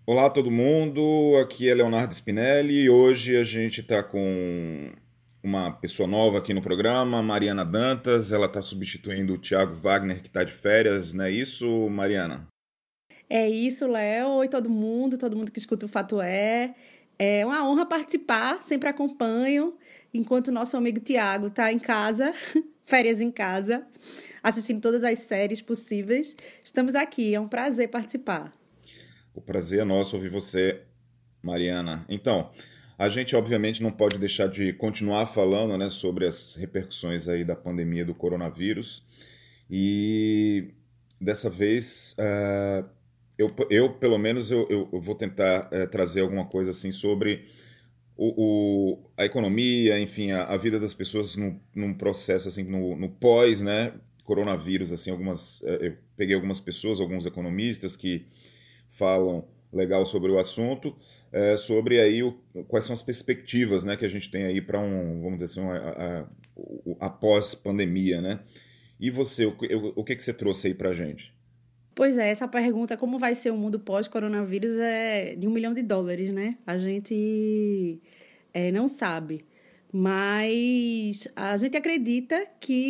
Olá, todo mundo. Aqui é Leonardo Spinelli e hoje a gente está com uma pessoa nova aqui no programa, Mariana Dantas. Ela está substituindo o Thiago Wagner, que está de férias, não é isso, Mariana? É isso, Léo. Oi, todo mundo que escuta o Fato É. É uma honra participar, sempre acompanho, enquanto o nosso amigo Tiago está em casa, férias em casa, assistindo todas as séries possíveis. Estamos aqui, é um prazer participar. O prazer é nosso ouvir você, Mariana. Então, a gente obviamente não pode deixar de continuar falando, né, sobre as repercussões aí da pandemia do coronavírus. E dessa vez, pelo menos, eu vou tentar trazer alguma coisa assim sobre a economia, enfim, a vida das pessoas num processo assim, no pós, né, coronavírus, assim, eu peguei algumas pessoas, alguns economistas que falam legal sobre o assunto, sobre aí quais são as perspectivas, né, que a gente tem aí para vamos dizer assim, após pandemia, né? E você, o que que você trouxe aí para a gente? Pois é, essa pergunta, como vai ser o mundo pós-coronavírus, é de US$ 1 milhão, né? A gente não sabe, mas a gente acredita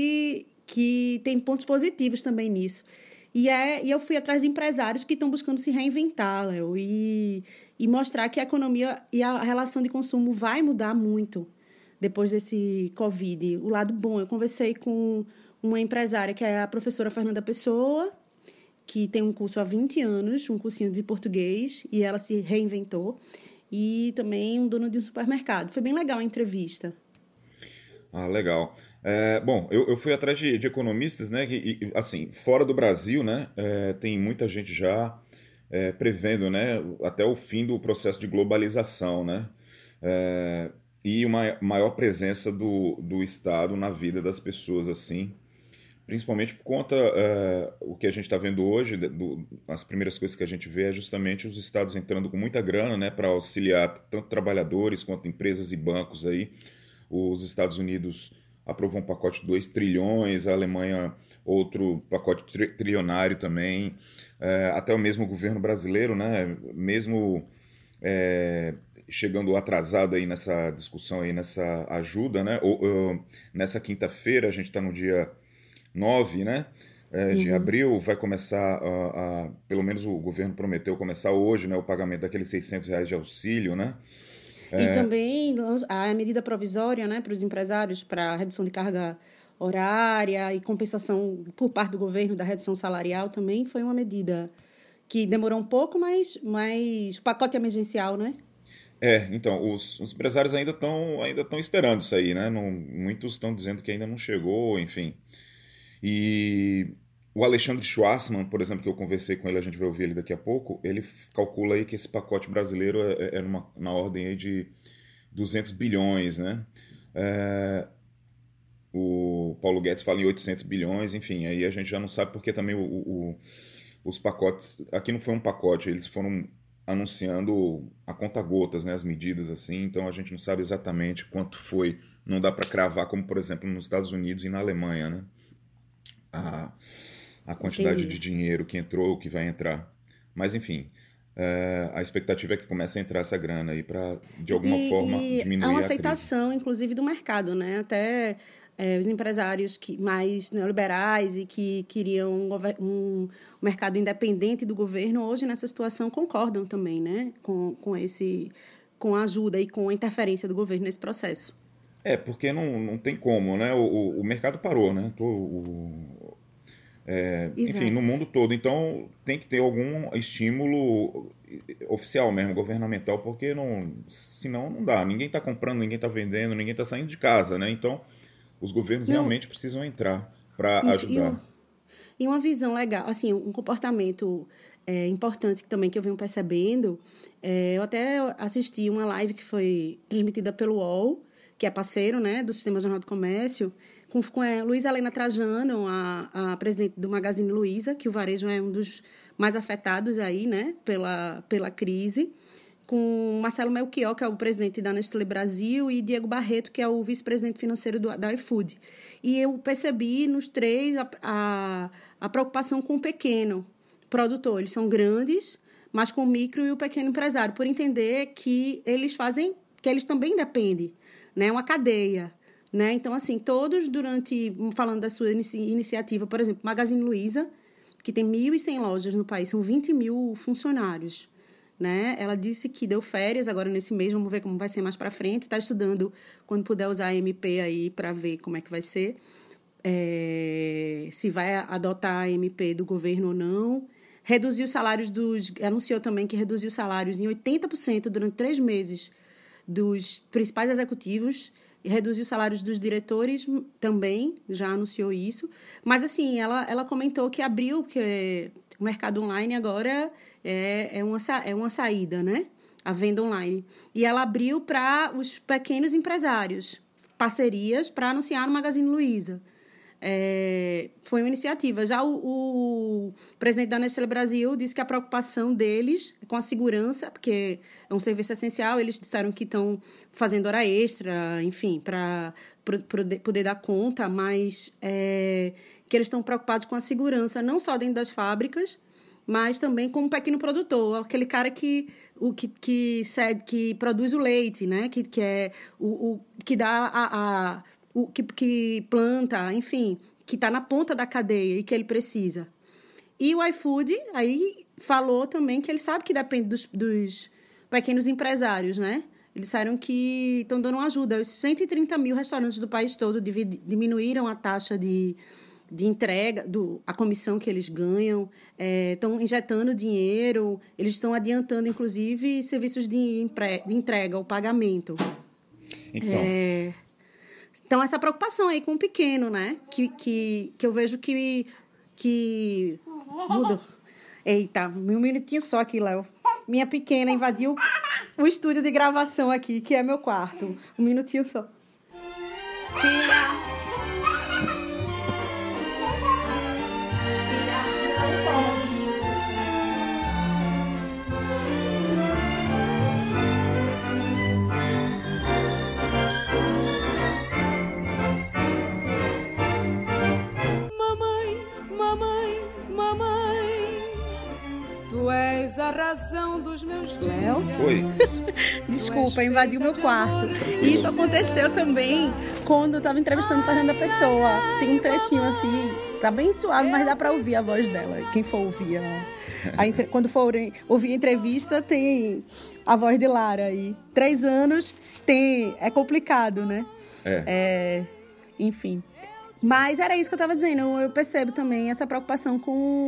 que tem pontos positivos também nisso. E eu fui atrás de empresários que estão buscando se reinventar, Léo, e mostrar que a economia e a relação de consumo vai mudar muito depois desse Covid. O lado bom, eu conversei com uma empresária que é a professora Fernanda Pessoa, que tem um curso há 20 anos, um cursinho de português, e ela se reinventou. E também um dono de um supermercado. Foi bem legal a entrevista. Ah, legal. Bom, eu fui atrás de economistas, né? Assim, fora do Brasil, né? Tem muita gente já prevendo, né? Até o fim do processo de globalização, né? E uma maior presença do Estado na vida das pessoas, assim. Principalmente por conta o que a gente está vendo hoje, as primeiras coisas que a gente vê é justamente os estados entrando com muita grana, né, para auxiliar tanto trabalhadores quanto empresas e bancos aí. Os Estados Unidos aprovou um pacote de 2 trilhões, a Alemanha outro pacote trilionário também, até o mesmo governo brasileiro, né, mesmo é, chegando atrasado aí nessa discussão aí, nessa ajuda, né, nessa quinta-feira, a gente está no dia 9, né? De Uhum. abril, vai começar, pelo menos o governo prometeu começar hoje, né, o pagamento daqueles R$ 600 de auxílio, né? E também a medida provisória, né, para os empresários, para redução de carga horária e compensação por parte do governo da redução salarial também foi uma medida que demorou um pouco, mas o pacote emergencial, né? Então, os empresários ainda estão esperando isso aí, né? Não, muitos estão dizendo que ainda não chegou, enfim. E o Alexandre Schwarzman, por exemplo, que eu conversei com ele, a gente vai ouvir ele daqui a pouco, ele calcula aí que esse pacote brasileiro é na ordem aí de 200 bilhões, né? É, o Paulo Guedes fala em 800 bilhões, enfim, aí a gente já não sabe porque também os pacotes. Aqui não foi um pacote, eles foram anunciando a conta-gotas, né, as medidas assim, então a gente não sabe exatamente quanto foi. Não dá para cravar, como por exemplo nos Estados Unidos e na Alemanha, né? A, a quantidade Entendi. de dinheiro que entrou, que vai entrar. Mas enfim, a expectativa é que comece a entrar essa grana aí para, de alguma forma, E há uma diminuir a crise. aceitação, inclusive, do mercado, né? Até os empresários mais neoliberais e que queriam um mercado independente do governo, hoje, nessa situação, concordam também, né? Com a ajuda e com a interferência do governo nesse processo. Porque não tem como, né? O mercado parou, né? Enfim, no Exato. mundo todo. Então tem que ter algum estímulo oficial mesmo, governamental, porque senão não dá. Ninguém está comprando, ninguém está vendendo, ninguém está saindo de casa, né? Então os governos Não, realmente precisam entrar para isso. ajudar. E uma visão legal, assim, um comportamento importante também que eu venho percebendo. Eu até assisti uma live que foi transmitida pelo UOL, que é parceiro, né, do Sistema Jornal do Comércio, com a Luísa Helena Trajano, a presidente do Magazine Luiza, que o varejo é um dos mais afetados aí, né, pela crise, com Marcelo Melchior, que é o presidente da Nestlé Brasil, e Diego Barreto, que é o vice-presidente financeiro da iFood. E eu percebi nos três a preocupação com o pequeno produtor. Eles são grandes, mas com o micro e o pequeno empresário, por entender que eles também dependem, né? É uma cadeia, né? Então, assim, todos falando da sua iniciativa, por exemplo, Magazine Luiza, que tem 1.100 lojas no país, são 20 mil funcionários, né? Ela disse que deu férias agora nesse mês, vamos ver como vai ser mais para frente, está estudando quando puder usar a MP aí para ver como é que vai ser, se vai adotar a MP do governo ou não. Reduziu os salários anunciou também que reduziu os salários em 80% durante 3 meses dos principais executivos, e reduziu os salários dos diretores também, já anunciou isso. Mas, assim, ela comentou que abriu, que o mercado online agora é uma saída, né? A venda online. E ela abriu para os pequenos empresários, parcerias para anunciar no Magazine Luiza. Foi uma iniciativa. Já o presidente da Nestlé Brasil disse que a preocupação deles é com a segurança, porque é um serviço essencial, eles disseram que estão fazendo hora extra, enfim, para poder dar conta, mas que eles estão preocupados com a segurança, não só dentro das fábricas, mas também com um pequeno produtor, aquele cara que produz o leite, né? Que é que dá que planta, enfim, que está na ponta da cadeia e que ele precisa. E o iFood aí falou também que ele sabe que depende dos pequenos empresários, né? Eles disseram que estão dando ajuda. Os 130 mil restaurantes do país todo diminuíram a taxa de entrega, a comissão que eles ganham, estão injetando dinheiro, eles estão adiantando, inclusive, serviços de entrega, o pagamento. Então, essa preocupação aí com o pequeno, né? Que eu vejo que mudou. Eita, um minutinho só aqui, Léo. Minha pequena invadiu o estúdio de gravação aqui, que é meu quarto. Um minutinho só. A razão dos meus dias. Oi. Desculpa, invadiu meu quarto. E isso aconteceu também quando eu estava entrevistando Fernanda Pessoa. Tem um trechinho assim, tá bem suave, mas dá para ouvir a voz dela. Quem for ouvir, quando for ouvir a entrevista, tem a voz de Lara. E 3 anos é complicado, né? Enfim. Mas era isso que eu estava dizendo. Eu percebo também essa preocupação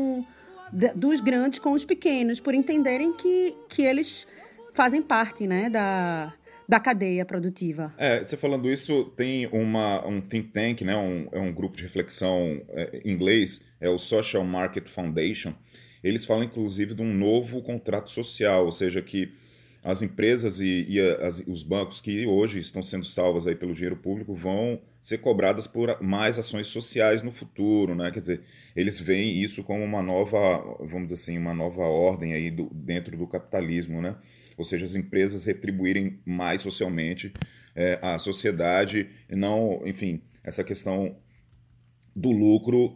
dos grandes com os pequenos, por entenderem que eles fazem parte, né, da cadeia produtiva. Você falando isso, tem um think tank, né, um grupo de reflexão em inglês, é o Social Market Foundation. Eles falam, inclusive, de um novo contrato social, ou seja, que as empresas e os bancos que hoje estão sendo salvas aí pelo dinheiro público vão ser cobradas por mais ações sociais no futuro, né? Quer dizer, eles veem isso como uma nova, vamos dizer assim, uma nova ordem aí dentro do capitalismo, né? Ou seja, as empresas retribuírem mais socialmente à sociedade, e não, enfim, essa questão do lucro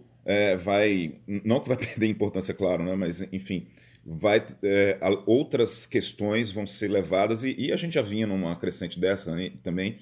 não que vai perder importância, claro, né? Mas, enfim, outras questões vão ser levadas, e a gente já vinha numa crescente dessa, né, também,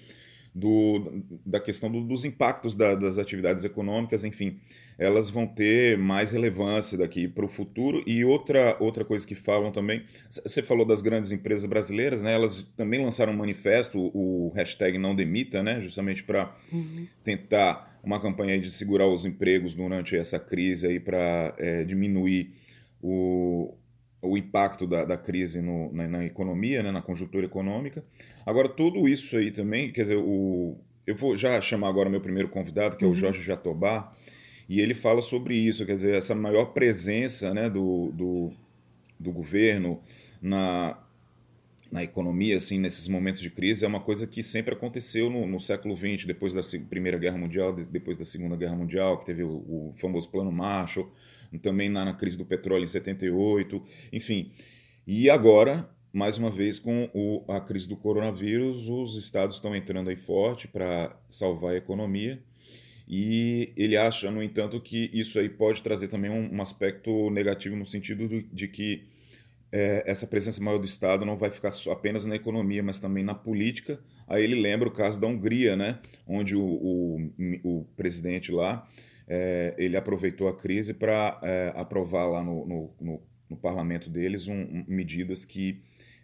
da questão dos impactos das atividades econômicas, enfim, elas vão ter mais relevância daqui para o futuro. E outra coisa que falam também, você falou das grandes empresas brasileiras, né? Elas também lançaram um manifesto, o hashtag Não Demita, né? Justamente para tentar uma campanha de segurar os empregos durante essa crise aí, para diminuir o impacto da crise na economia, né, na conjuntura econômica. Agora, tudo isso aí também, quer dizer, eu vou já chamar agora o meu primeiro convidado, que é o Jorge Jatobá, e ele fala sobre isso, quer dizer, essa maior presença, né, do governo na economia, assim, nesses momentos de crise, é uma coisa que sempre aconteceu no século XX, depois da Primeira Guerra Mundial, depois da Segunda Guerra Mundial, que teve o famoso Plano Marshall, também na crise do petróleo em 78, enfim. E agora, mais uma vez, com a crise do coronavírus, os estados estão entrando aí forte para salvar a economia, e ele acha, no entanto, que isso aí pode trazer também um aspecto negativo, no sentido de que essa presença maior do Estado não vai ficar apenas na economia, mas também na política. Aí ele lembra o caso da Hungria, né? Onde o presidente lá, ele aproveitou a crise para aprovar lá no parlamento deles medidas que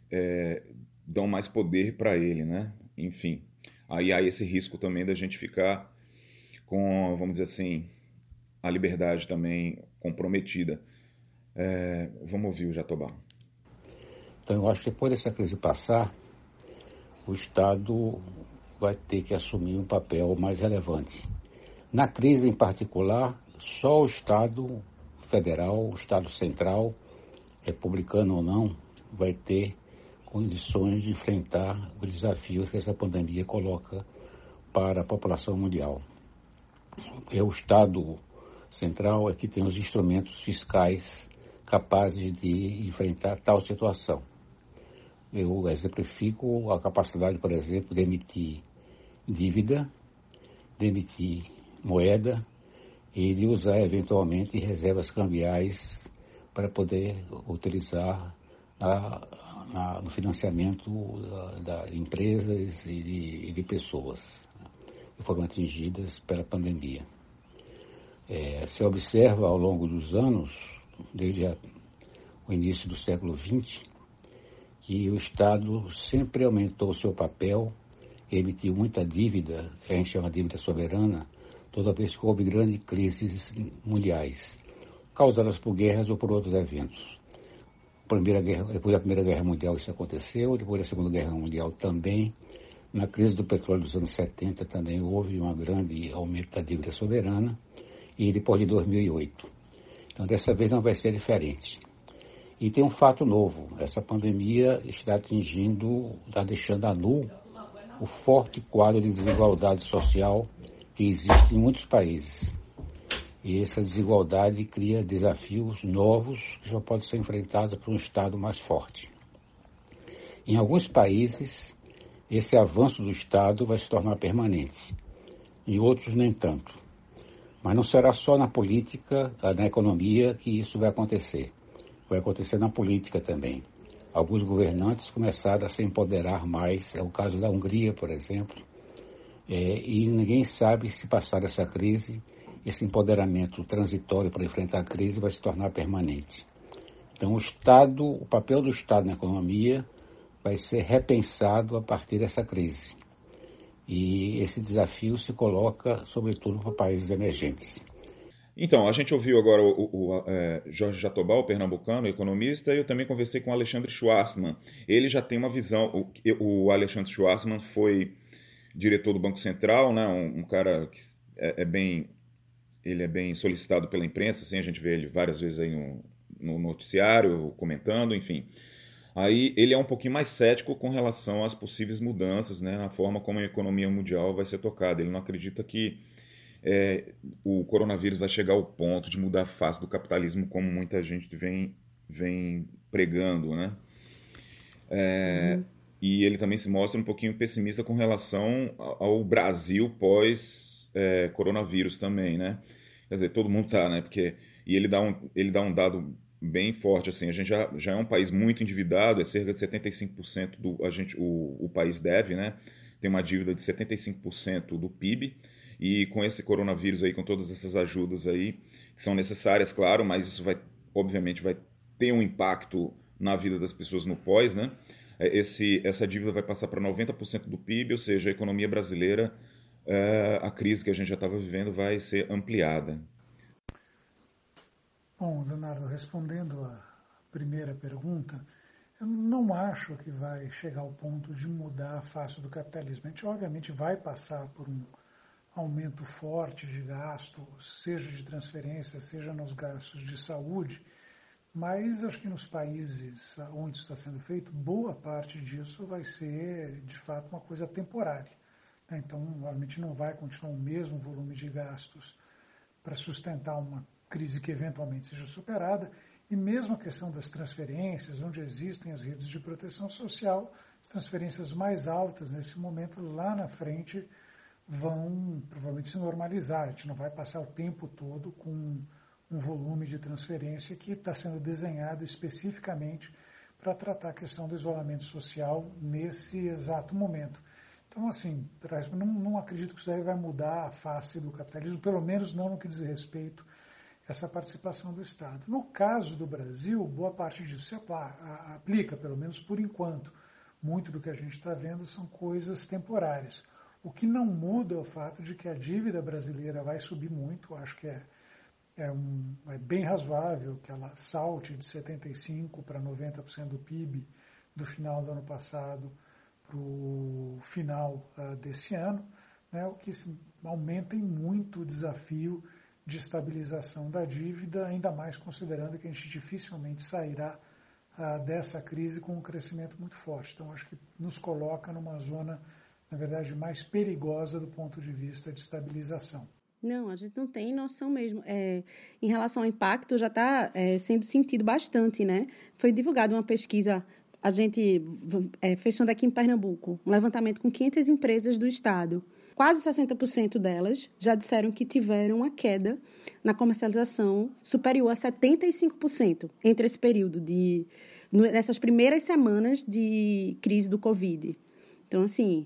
dão mais poder para ele, né? Enfim, aí há esse risco também da gente ficar com, vamos dizer assim, a liberdade também comprometida. Vamos ouvir o Jatobá. Então, eu acho que depois dessa crise passar, o Estado vai ter que assumir um papel mais relevante. Na crise em particular, só o Estado federal, o Estado central, republicano ou não, vai ter condições de enfrentar os desafios que essa pandemia coloca para a população mundial. Porque o Estado central é que tem os instrumentos fiscais capazes de enfrentar tal situação. Eu exemplifico a capacidade, por exemplo, de emitir dívida, de emitir moeda e de usar eventualmente reservas cambiais para poder utilizar no financiamento de empresas e de pessoas que foram atingidas pela pandemia. Se observa ao longo dos anos, desde o início do século XX, que o Estado sempre aumentou seu papel, emitiu muita dívida, que a gente chama de dívida soberana, toda vez que houve grandes crises mundiais, causadas por guerras ou por outros eventos. Depois da Primeira Guerra Mundial isso aconteceu, depois da Segunda Guerra Mundial também. Na crise do petróleo dos anos 70 também houve um grande aumento da dívida soberana, e depois de 2008. Então dessa vez não vai ser diferente. E tem um fato novo, essa pandemia está deixando a nu o forte quadro de desigualdade social que existe em muitos países. E essa desigualdade cria desafios novos que só podem ser enfrentados por um Estado mais forte. Em alguns países, esse avanço do Estado vai se tornar permanente, em outros nem tanto. Mas não será só na política, na economia que isso vai acontecer. Vai acontecer na política também. Alguns governantes começaram a se empoderar mais, é o caso da Hungria, por exemplo, e ninguém sabe se passar essa crise, esse empoderamento transitório para enfrentar a crise vai se tornar permanente. Então o papel do Estado na economia vai ser repensado a partir dessa crise. E esse desafio se coloca, sobretudo, para países emergentes. Então, a gente ouviu agora o Jorge Jatobá, o pernambucano, economista, e eu também conversei com o Alexandre Schwarzman. Ele já tem uma visão. O Alexandre Schwarzman foi diretor do Banco Central, né? Um cara que ele é bem solicitado pela imprensa, assim, a gente vê ele várias vezes aí no noticiário, comentando, enfim. Aí ele é um pouquinho mais cético com relação às possíveis mudanças, né, na forma como a economia mundial vai ser tocada. Ele não acredita que o coronavírus vai chegar ao ponto de mudar a face do capitalismo como muita gente vem pregando, né? E ele também se mostra um pouquinho pessimista com relação ao Brasil pós-coronavírus também, né? Quer dizer, todo mundo tá, né? E ele dá um dado bem forte, assim, a gente já é um país muito endividado, é cerca de 75% o país deve, né? Tem uma dívida de 75% do PIB, e com esse coronavírus aí, com todas essas ajudas aí, que são necessárias, claro, mas isso obviamente vai ter um impacto na vida das pessoas no pós, né? Essa dívida vai passar para 90% do PIB, ou seja, a economia brasileira, a crise que a gente já estava vivendo vai ser ampliada. Bom, Leonardo, respondendo à primeira pergunta, eu não acho que vai chegar ao ponto de mudar a face do capitalismo. A gente, obviamente, vai passar por um aumento forte de gasto, seja de transferência, seja nos gastos de saúde, mas acho que nos países onde isso está sendo feito, boa parte disso vai ser, de fato, uma coisa temporária. Então, obviamente, não vai continuar o mesmo volume de gastos para sustentar uma crise que eventualmente seja superada, e mesmo a questão das transferências, onde existem as redes de proteção social, as transferências mais altas nesse momento, lá na frente, vão provavelmente se normalizar. A gente não vai passar o tempo todo com um volume de transferência que está sendo desenhado especificamente para tratar a questão do isolamento social nesse exato momento. Então, assim, não acredito que isso daí vai mudar a face do capitalismo, pelo menos não no que diz respeito a essa participação do Estado. No caso do Brasil, boa parte disso se aplica, pelo menos por enquanto. Muito do que a gente está vendo são coisas temporárias. O que não muda é o fato de que a dívida brasileira vai subir muito. Acho que é bem razoável que ela salte de 75% para 90% do PIB do final do ano passado para o final desse ano, né, o que aumenta em muito o desafio de estabilização da dívida, ainda mais considerando que a gente dificilmente sairá dessa crise com um crescimento muito forte. Então, acho que nos coloca numa zona, na verdade, mais perigosa do ponto de vista de estabilização. Não, a gente não tem noção mesmo. Em relação ao impacto, já está sendo sentido bastante, né? Foi divulgada uma pesquisa, a gente, fechando aqui em Pernambuco, um levantamento com 500 empresas do estado. Quase 60% delas já disseram que tiveram uma queda na comercialização superior a 75% entre esse período, nessas primeiras semanas de crise do Covid. Então, assim,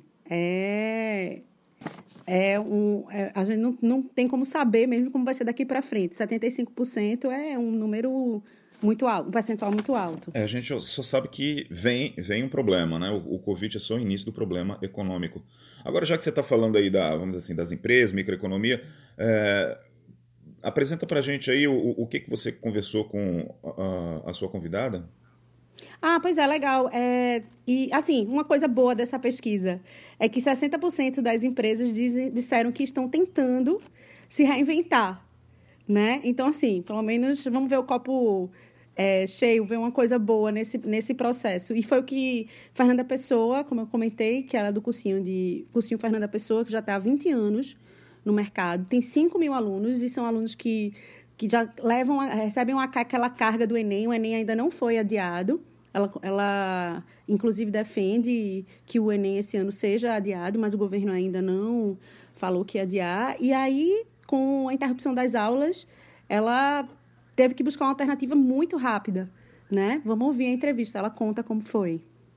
a gente não tem como saber mesmo como vai ser daqui para frente. 75% é um número muito alto, um percentual muito alto. A gente só sabe que vem um problema, né? O Covid é só o início do problema econômico. Agora, já que você está falando aí vamos dizer assim, das empresas, microeconomia, apresenta para a gente aí o que você conversou com a sua convidada. Pois é, legal. E, assim, uma coisa boa dessa pesquisa é que 60% das empresas disseram que estão tentando se reinventar, né? Então, assim, pelo menos vamos ver o copo cheio, ver uma coisa boa nesse processo. E foi o que Fernanda Pessoa, como eu comentei, que ela é do cursinho Fernanda Pessoa, que já está há 20 anos no mercado, tem 5 mil alunos e são alunos que já recebem aquela carga do Enem. O Enem ainda não foi adiado. Ela, inclusive, defende que o Enem esse ano seja adiado, mas o governo ainda não falou que ia adiar. E aí, com a interrupção das aulas, ela teve que buscar uma alternativa muito rápida, né? Vamos ouvir a entrevista, ela conta como foi.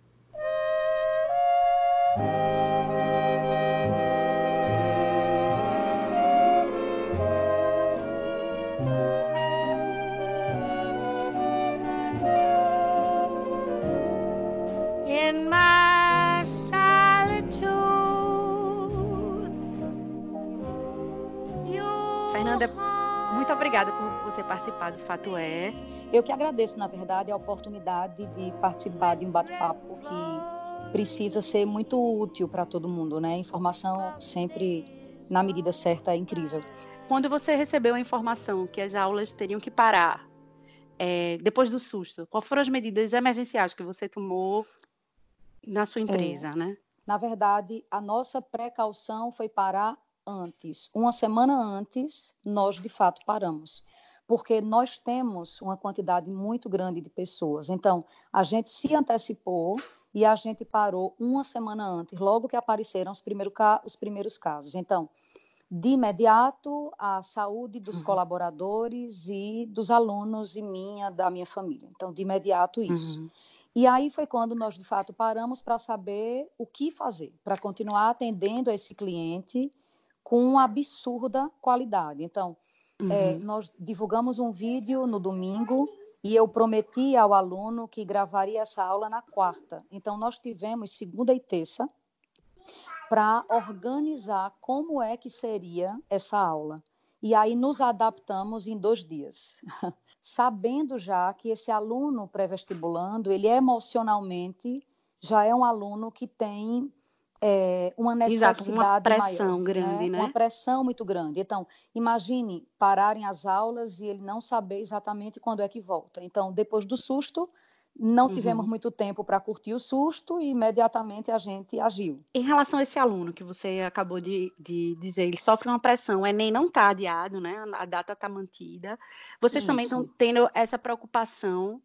Fernanda, muito obrigada por você participar do Fato É. Eu que agradeço, na verdade, a oportunidade de participar de um bate-papo que precisa ser muito útil para todo mundo, né? Informação sempre, na medida certa, é incrível. Quando você recebeu a informação que as aulas teriam que parar, depois do susto, quais foram as medidas emergenciais que você tomou na sua empresa, né? Na verdade, a nossa precaução foi parar antes. Uma semana antes, nós, de fato, paramos. Porque nós temos uma quantidade muito grande de pessoas. Então, a gente se antecipou e a gente parou uma semana antes, logo que apareceram os primeiros casos. Então, de imediato, a saúde dos colaboradores e dos alunos e da minha família. Então, de imediato, isso. E aí foi quando nós, de fato, paramos para saber o que fazer, para continuar atendendo a esse cliente com uma absurda qualidade. Então, nós divulgamos um vídeo no domingo e eu prometi ao aluno que gravaria essa aula na quarta. Então, nós tivemos segunda e terça para organizar como é que seria essa aula. E aí nos adaptamos em 2 dias, sabendo já que esse aluno pré-vestibulando, ele emocionalmente já é um aluno que tem uma necessidade maior. Uma pressão grande, né? Uma pressão muito grande. Então, imagine pararem as aulas e ele não saber exatamente quando é que volta. Então, depois do susto, não tivemos muito tempo para curtir o susto e imediatamente a gente agiu. Em relação a esse aluno que você acabou de dizer, ele sofre uma pressão, o Enem não está adiado, né? A data está mantida. Vocês também estão tendo essa preocupação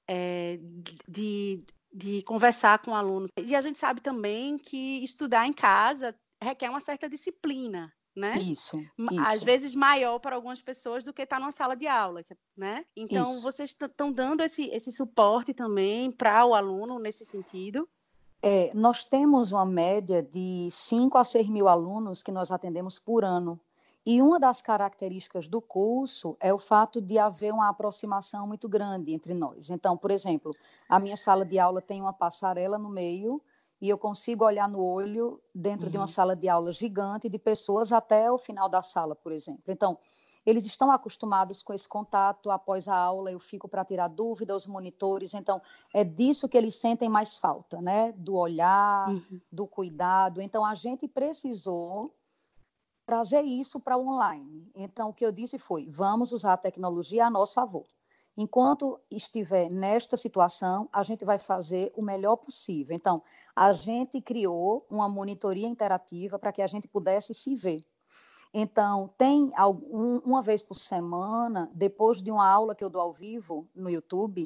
de conversar com o aluno. E a gente sabe também que estudar em casa requer uma certa disciplina, né? Isso. Às vezes maior para algumas pessoas do que estar numa sala de aula, né? Então, vocês estão dando esse suporte também para o aluno nesse sentido? Nós temos uma média de 5 a 6 mil alunos que nós atendemos por ano. E uma das características do curso é o fato de haver uma aproximação muito grande entre nós. Então, por exemplo, a minha sala de aula tem uma passarela no meio e eu consigo olhar no olho dentro de uma sala de aula gigante de pessoas até o final da sala, por exemplo. Então, eles estão acostumados com esse contato. Após a aula, eu fico para tirar dúvida aos monitores. Então, é disso que eles sentem mais falta, né? Do olhar, do cuidado. Então, a gente precisou trazer isso para o online. Então, o que eu disse foi, vamos usar a tecnologia a nosso favor. Enquanto estiver nesta situação, a gente vai fazer o melhor possível. Então, a gente criou uma monitoria interativa para que a gente pudesse se ver. Então, tem uma vez por semana, depois de uma aula que eu dou ao vivo no YouTube,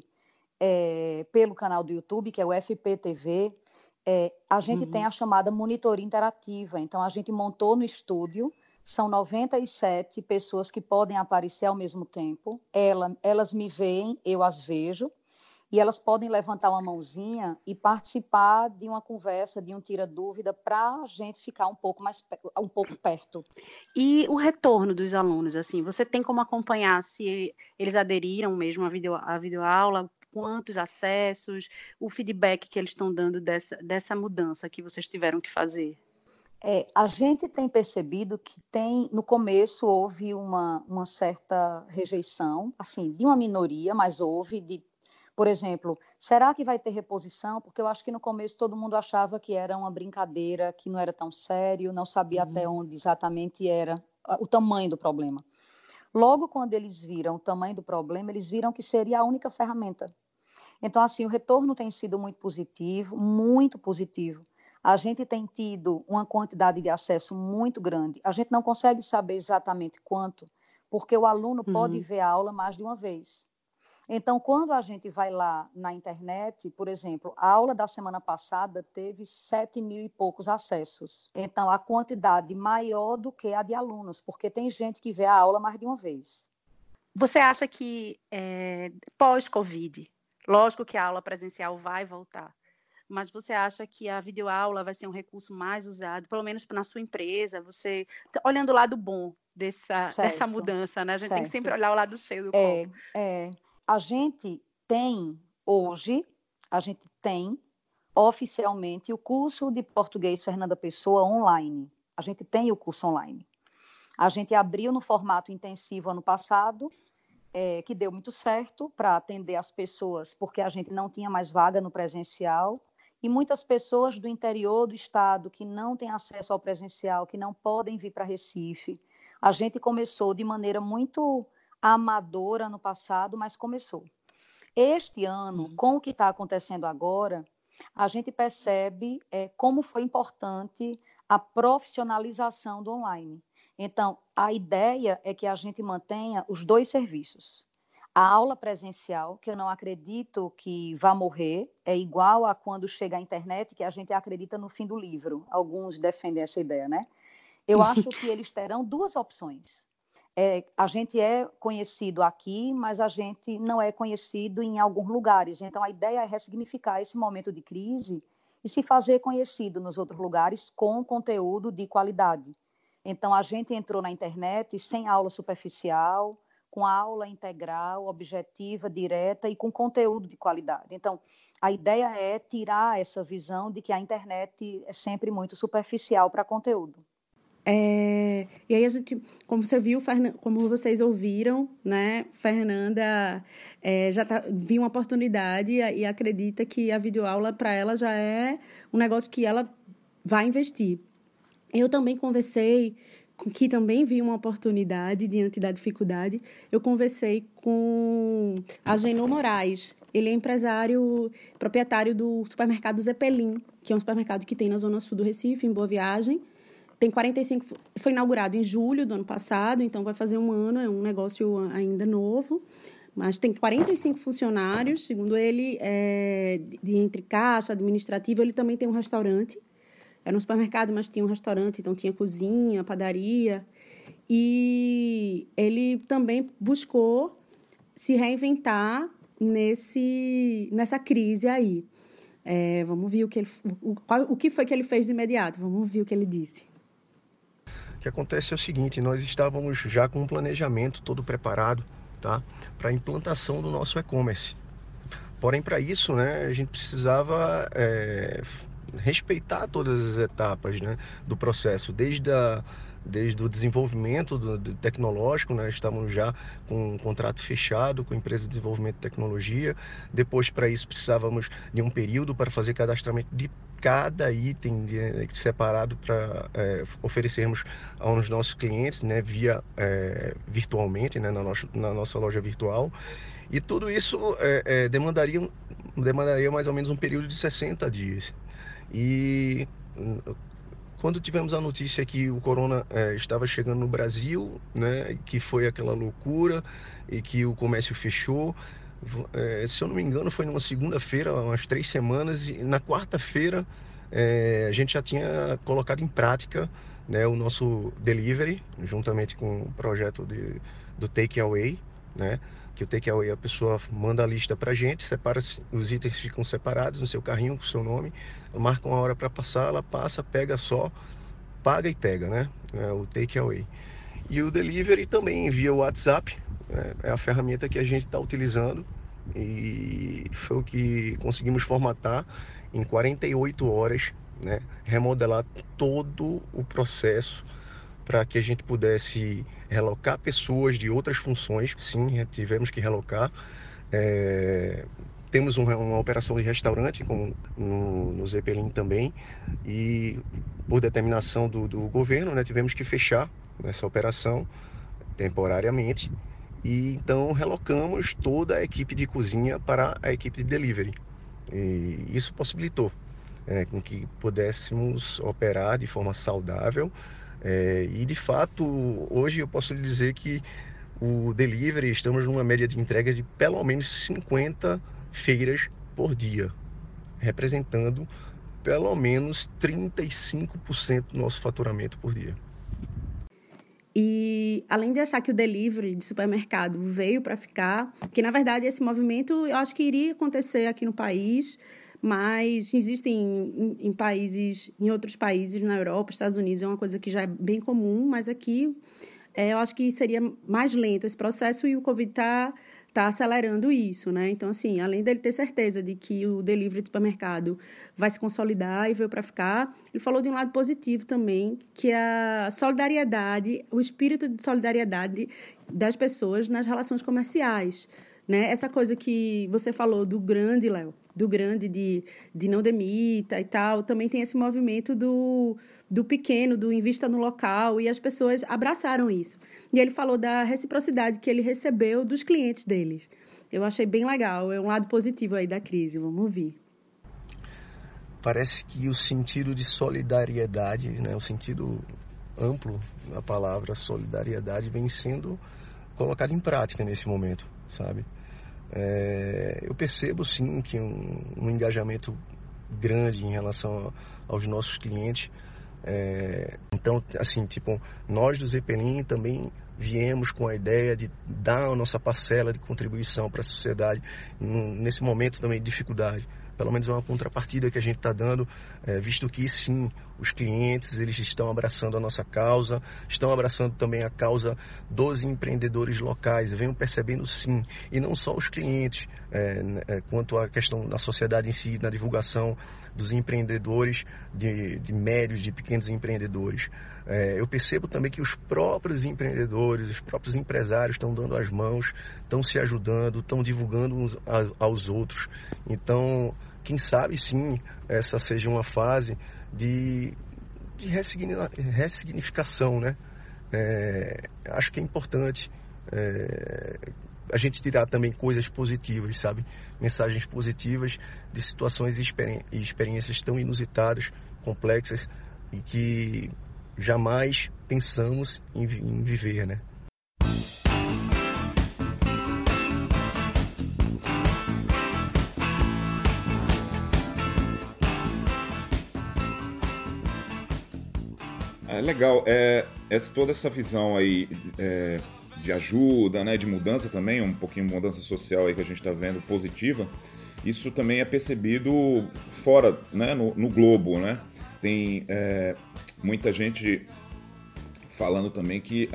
pelo canal do YouTube, que é o FPTV, a gente tem a chamada monitoria interativa. Então, a gente montou no estúdio, são 97 pessoas que podem aparecer ao mesmo tempo. Elas me veem, eu as vejo, e elas podem levantar uma mãozinha e participar de uma conversa, de um tira-dúvida, para a gente ficar um pouco perto. E o retorno dos alunos, assim, você tem como acompanhar se eles aderiram mesmo à videoaula, quantos acessos, o feedback que eles estão dando dessa mudança que vocês tiveram que fazer? A gente tem percebido que no começo houve uma certa rejeição, assim, de uma minoria, mas houve por exemplo, será que vai ter reposição? Porque eu acho que no começo todo mundo achava que era uma brincadeira, que não era tão sério, não sabia até onde exatamente era o tamanho do problema. Logo, quando eles viram o tamanho do problema, eles viram que seria a única ferramenta. Então, assim, o retorno tem sido muito positivo, muito positivo. A gente tem tido uma quantidade de acesso muito grande. A gente não consegue saber exatamente quanto, porque o aluno pode ver a aula mais de uma vez. Então, quando a gente vai lá na internet, por exemplo, a aula da semana passada teve 7 mil e poucos acessos. Então, a quantidade maior do que a de alunos, porque tem gente que vê a aula mais de uma vez. Você acha que pós-Covid, lógico que a aula presencial vai voltar, mas você acha que a videoaula vai ser um recurso mais usado, pelo menos na sua empresa, você olhando o lado bom dessa mudança, né? A gente tem que sempre olhar o lado cheio do copo. A gente tem oficialmente o curso de português Fernanda Pessoa online. A gente tem o curso online. A gente abriu no formato intensivo ano passado, que deu muito certo para atender as pessoas, porque a gente não tinha mais vaga no presencial. E muitas pessoas do interior do estado que não têm acesso ao presencial, que não podem vir para Recife. A gente começou de maneira muito amadora no passado, mas começou. Este ano, com o que está acontecendo agora, a gente percebe como foi importante a profissionalização do online. Então, a ideia é que a gente mantenha os dois serviços. A aula presencial, que eu não acredito que vá morrer, é igual a quando chega a internet, que a gente acredita no fim do livro. Alguns defendem essa ideia, né? Eu acho que eles terão duas opções. A gente é conhecido aqui, mas a gente não é conhecido em alguns lugares. Então, a ideia é ressignificar esse momento de crise e se fazer conhecido nos outros lugares com conteúdo de qualidade. Então, a gente entrou na internet sem aula superficial, com aula integral, objetiva, direta e com conteúdo de qualidade. Então, a ideia é tirar essa visão de que a internet é sempre muito superficial para conteúdo. E aí a gente, como você viu, como vocês ouviram, né, Fernanda viu uma oportunidade e acredita que a videoaula para ela já é um negócio que ela vai investir. Eu também conversei, que também vi uma oportunidade diante da dificuldade, eu conversei com Agenor Moraes. Ele é empresário, proprietário do supermercado Zeppelin, que é um supermercado que tem na Zona Sul do Recife, em Boa Viagem. Tem 45, foi inaugurado em julho do ano passado, então vai fazer um ano, é um negócio ainda novo, mas tem 45 funcionários, segundo ele, entre caixa, administrativo, ele também tem um restaurante, Era um supermercado, mas tinha um restaurante, então tinha cozinha, padaria. E ele também buscou se reinventar nessa crise aí. Vamos ver o que foi que ele fez de imediato. Vamos ver o que ele disse. O que acontece é o seguinte, nós estávamos já com um planejamento todo preparado, tá, para a implantação do nosso e-commerce. Porém, para isso, né, a gente precisava respeitar todas as etapas, né, do processo, desde o desenvolvimento tecnológico, né? Estávamos já com um contrato fechado com a empresa de desenvolvimento de tecnologia. Depois, para isso, precisávamos de um período para fazer cadastramento de cada item separado para oferecermos aos nossos clientes, né? Virtualmente, né? Na nossa loja virtual. E tudo isso demandaria mais ou menos um período de 60 dias. E quando tivemos a notícia que o corona estava chegando no Brasil, né, que foi aquela loucura e que o comércio fechou, se eu não me engano foi numa segunda-feira, umas 3 semanas, e na quarta-feira a gente já tinha colocado em prática, né, o nosso delivery, juntamente com o projeto do Take Away, né, que o Take Away a pessoa manda a lista para a gente, separa, os itens ficam separados no seu carrinho com o seu nome, marca uma hora para passar, ela passa, pega só, paga e pega, né? O Take Away. E o Delivery também via WhatsApp, é a ferramenta que a gente está utilizando e foi o que conseguimos formatar em 48 horas, né? Remodelar todo o processo para que a gente pudesse relocar pessoas de outras funções. Sim, tivemos que relocar. Temos uma operação de restaurante no Zeppelin também, e por determinação do governo, né, tivemos que fechar essa operação temporariamente, e então relocamos toda a equipe de cozinha para a equipe de delivery. E isso possibilitou com que pudéssemos operar de forma saudável, e de fato hoje eu posso lhe dizer que o delivery, estamos numa média de entrega de pelo menos 50 feiras por dia, representando pelo menos 35% do nosso faturamento por dia. E além de achar que o delivery de supermercado veio para ficar, que na verdade esse movimento eu acho que iria acontecer aqui no país, mas existem em outros países, na Europa, Estados Unidos, é uma coisa que já é bem comum, mas aqui eu acho que seria mais lento esse processo, e o Covid está acelerando isso, né? Então, assim, além dele ter certeza de que o delivery de supermercado vai se consolidar e veio para ficar, ele falou de um lado positivo também, que é a solidariedade, o espírito de solidariedade das pessoas nas relações comerciais, né? Essa coisa que você falou do grande, Léo, do grande de não demita e tal, também tem esse movimento do pequeno, do invista no local, e as pessoas abraçaram isso. E ele falou da reciprocidade que ele recebeu dos clientes deles. Eu achei bem legal, é um lado positivo aí da crise, vamos ouvir. Parece que o sentido de solidariedade, né, o sentido amplo da palavra solidariedade vem sendo colocado em prática nesse momento, sabe? Eu percebo sim que um engajamento grande em relação aos nossos clientes. Então, assim, tipo, nós do Zeppelin também viemos com a ideia de dar a nossa parcela de contribuição para a sociedade nesse momento também de dificuldade. Pelo menos é uma contrapartida que a gente está dando, visto que sim, os clientes eles estão abraçando a nossa causa, estão abraçando também a causa dos empreendedores locais, venham percebendo sim, e não só os clientes, quanto à questão da sociedade em si, na divulgação dos empreendedores, de médios, de pequenos empreendedores. Eu percebo também que os próprios empreendedores, os próprios empresários estão dando as mãos, estão se ajudando, estão divulgando uns aos outros. Então, quem sabe sim, essa seja uma fase de ressignificação, né? Acho que é importante a gente tirar também coisas positivas, sabe? Mensagens positivas de situações e experiências tão inusitadas, complexas, e que jamais pensamos em viver, né? Legal. Toda essa visão aí de ajuda, né, de mudança também, um pouquinho de mudança social aí que a gente está vendo positiva, isso também é percebido fora, né, no globo, né? Tem muita gente falando também que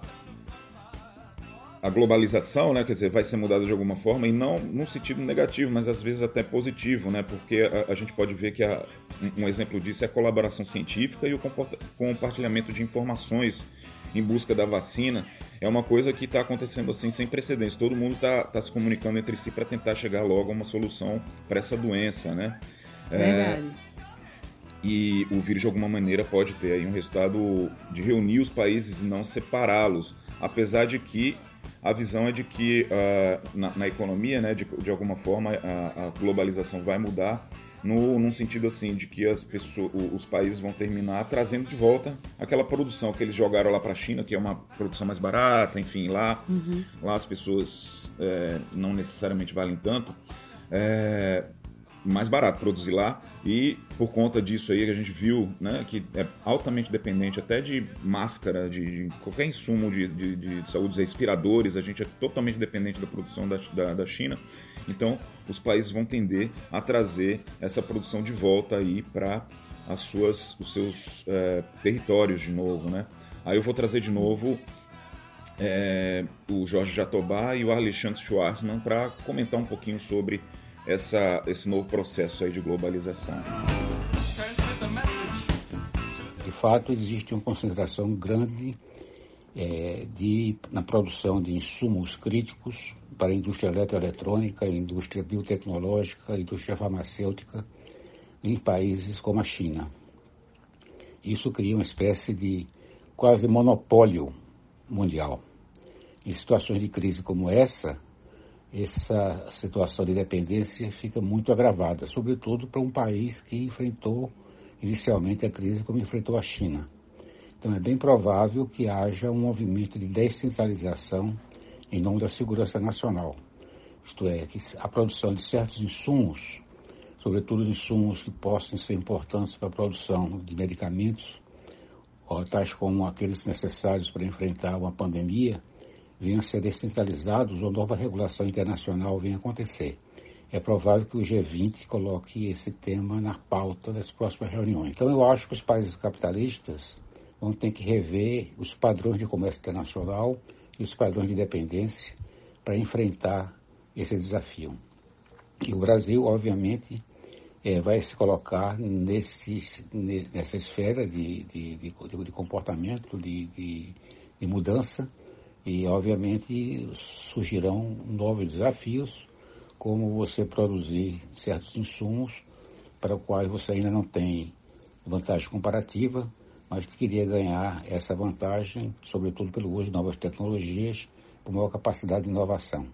a globalização, né, quer dizer, vai ser mudada de alguma forma, e não no sentido negativo, mas às vezes até positivo, né, porque a gente pode ver que um exemplo disso é a colaboração científica e o compartilhamento de informações em busca da vacina. É uma coisa que está acontecendo assim sem precedentes. Todo mundo está se comunicando entre si para tentar chegar logo a uma solução para essa doença, né? Verdade. E o vírus de alguma maneira pode ter aí um resultado de reunir os países e não separá-los, apesar de que a visão é de que na economia, né, de alguma forma, a globalização vai mudar num sentido assim de que os países vão terminar trazendo de volta aquela produção que eles jogaram lá para a China, que é uma produção mais barata, enfim, lá as pessoas não necessariamente valem tanto. Mais barato produzir lá, e por conta disso aí que a gente viu, né, que é altamente dependente até de máscara, de qualquer insumo de saúde, respiradores, a gente é totalmente dependente da produção da China. Então os países vão tender a trazer essa produção de volta aí para os seus territórios de novo, né? Aí eu vou trazer de novo o Jorge Jatobá e o Alexandre Schwarzman para comentar um pouquinho sobre esse novo processo aí de globalização. De fato, existe uma concentração grande na produção de insumos críticos para a indústria eletroeletrônica, a indústria biotecnológica, a indústria farmacêutica em países como a China. Isso cria uma espécie de quase monopólio mundial. Em situações de crise como essa situação de dependência fica muito agravada, sobretudo para um país que enfrentou inicialmente a crise como enfrentou a China. Então é bem provável que haja um movimento de descentralização em nome da segurança nacional. Isto é, que a produção de certos insumos, sobretudo insumos que possam ser importantes para a produção de medicamentos, tais como aqueles necessários para enfrentar uma pandemia, venham a ser descentralizados ou nova regulação internacional venha a acontecer. É provável que o G20 coloque esse tema na pauta das próximas reuniões. Então eu acho que os países capitalistas vão ter que rever os padrões de comércio internacional e os padrões de dependência para enfrentar esse desafio. E o Brasil, obviamente, vai se colocar nessa esfera de comportamento, de mudança, e, obviamente, surgirão novos desafios, como você produzir certos insumos para os quais você ainda não tem vantagem comparativa, mas que queria ganhar essa vantagem, sobretudo pelo uso de novas tecnologias, por maior capacidade de inovação.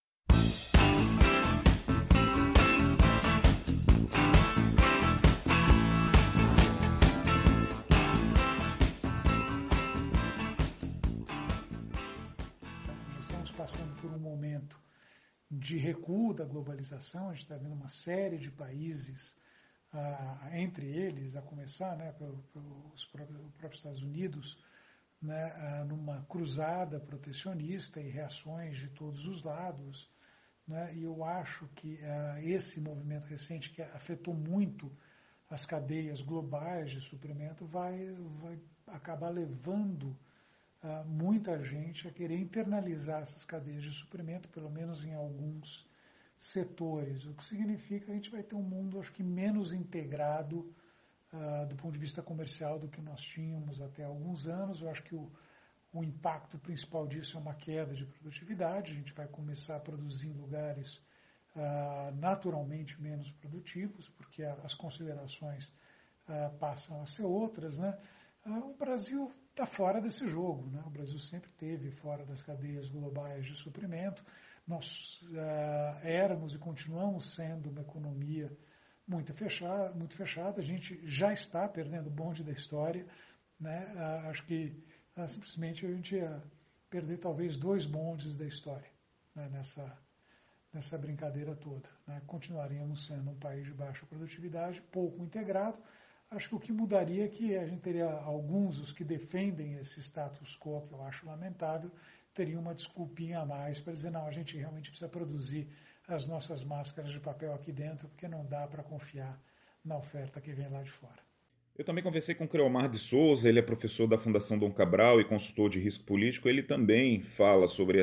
Por um momento de recuo da globalização, a gente está vendo uma série de países, entre eles, a começar, né, pelos próprios Estados Unidos, né, numa cruzada protecionista e reações de todos os lados, né, e eu acho que esse movimento recente, que afetou muito as cadeias globais de suprimento, vai acabar levando muita gente a querer internalizar essas cadeias de suprimento, pelo menos em alguns setores, o que significa que a gente vai ter um mundo, acho que, menos integrado do ponto de vista comercial do que nós tínhamos até alguns anos. Eu acho que o impacto principal disso é uma queda de produtividade. A gente vai começar a produzir em lugares naturalmente menos produtivos, porque as considerações passam a ser outras, né? O Brasil está fora desse jogo, né? O Brasil sempre esteve fora das cadeias globais de suprimento. Nós éramos e continuamos sendo uma economia muito fechada. A gente já está perdendo o bonde da história, né? Acho que simplesmente a gente ia perder talvez 2 bondes da história, né? Nessa brincadeira toda, né? Continuaríamos sendo um país de baixa produtividade, pouco integrado. Acho que o que mudaria é que a gente teria alguns, os que defendem esse status quo, que eu acho lamentável, teriam uma desculpinha a mais para dizer, não, a gente realmente precisa produzir as nossas máscaras de papel aqui dentro, porque não dá para confiar na oferta que vem lá de fora. Eu também conversei com o Creomar de Souza, ele é professor da Fundação Dom Cabral e consultor de risco político. Ele também fala sobre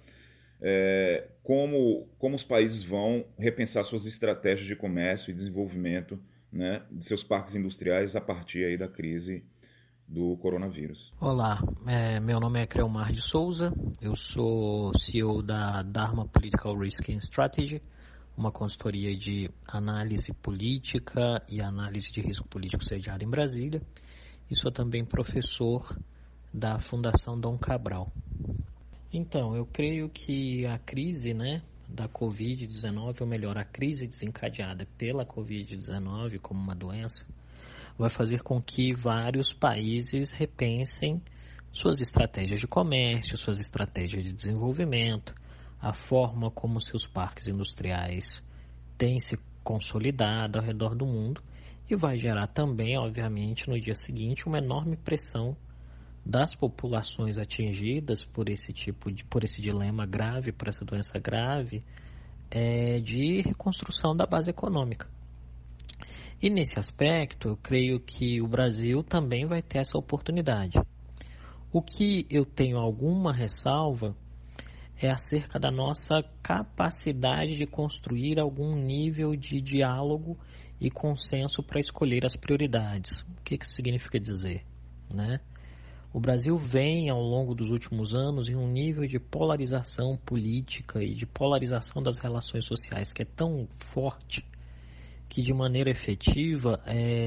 como os países vão repensar suas estratégias de comércio e desenvolvimento, né, de seus parques industriais a partir aí da crise do coronavírus. Olá, meu nome é Creomar de Souza, eu sou CEO da Dharma Political Risk and Strategy, uma consultoria de análise política e análise de risco político sediada em Brasília, e sou também professor da Fundação Dom Cabral. Então, eu creio que a crise, da Covid-19, ou melhor, a crise desencadeada pela Covid-19 como uma doença, vai fazer com que vários países repensem suas estratégias de comércio, suas estratégias de desenvolvimento, a forma como seus parques industriais têm se consolidado ao redor do mundo, e vai gerar também, obviamente, no dia seguinte, uma enorme pressão das populações atingidas por esse dilema grave, por essa doença grave, de reconstrução da base econômica. E nesse aspecto, eu creio que o Brasil também vai ter essa oportunidade. O que eu tenho alguma ressalva é acerca da nossa capacidade de construir algum nível de diálogo e consenso para escolher as prioridades. O que isso significa dizer, O Brasil vem, ao longo dos últimos anos, em um nível de polarização política e de polarização das relações sociais que é tão forte que, de maneira efetiva,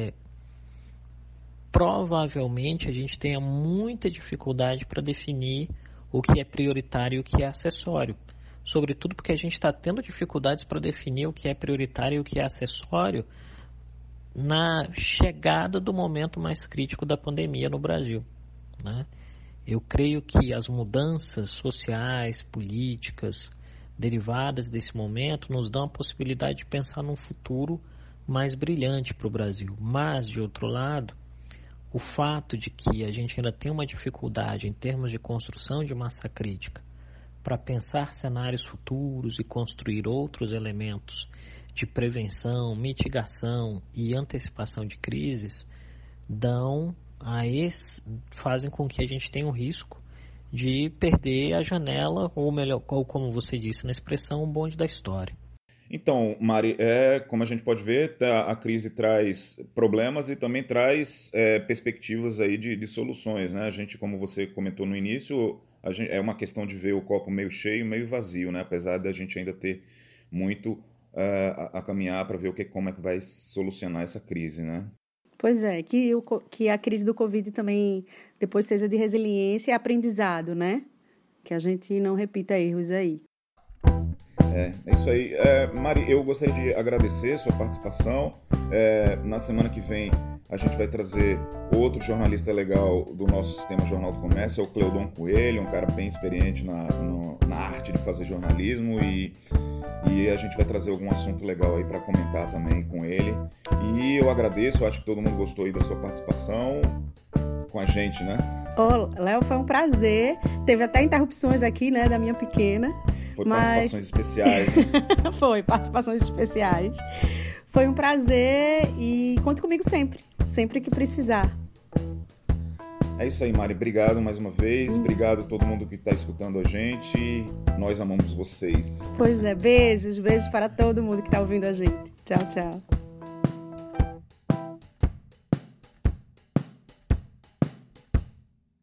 provavelmente a gente tenha muita dificuldade para definir o que é prioritário e o que é acessório. Sobretudo porque a gente está tendo dificuldades para definir o que é prioritário e o que é acessório na chegada do momento mais crítico da pandemia no Brasil. Eu creio que as mudanças sociais, políticas, derivadas desse momento nos dão a possibilidade de pensar num futuro mais brilhante para o Brasil. Mas, de outro lado, o fato de que a gente ainda tem uma dificuldade em termos de construção de massa crítica para pensar cenários futuros e construir outros elementos de prevenção, mitigação e antecipação de crises fazem com que a gente tenha um risco de perder a janela, ou melhor, como você disse na expressão, o bonde da história. Então, Mari, como a gente pode ver, a crise traz problemas e também traz perspectivas aí de soluções, A gente, como você comentou no início, é uma questão de ver o copo meio cheio, meio vazio, Apesar da gente ainda ter muito a caminhar para ver como é que vai solucionar essa crise, Pois é, que a crise do Covid também depois seja de resiliência e aprendizado, Que a gente não repita erros aí. É isso aí. Mari, eu gostaria de agradecer a sua participação. Na semana que vem a gente vai trazer outro jornalista legal do nosso sistema Jornal do Comércio, é o Cleudon Coelho, um cara bem experiente na arte de fazer jornalismo, e a gente vai trazer algum assunto legal aí para comentar também com ele. E eu agradeço, acho que todo mundo gostou aí da sua participação com a gente, Léo, foi um prazer. Teve até interrupções aqui, da minha pequena. Foi participações especiais. Foi, participações especiais. Foi um prazer e conte comigo sempre que precisar. É isso aí, Mari. Obrigado mais uma vez. Obrigado a todo mundo que está escutando a gente. Nós amamos vocês. Pois é, beijos para todo mundo que está ouvindo a gente. Tchau, tchau.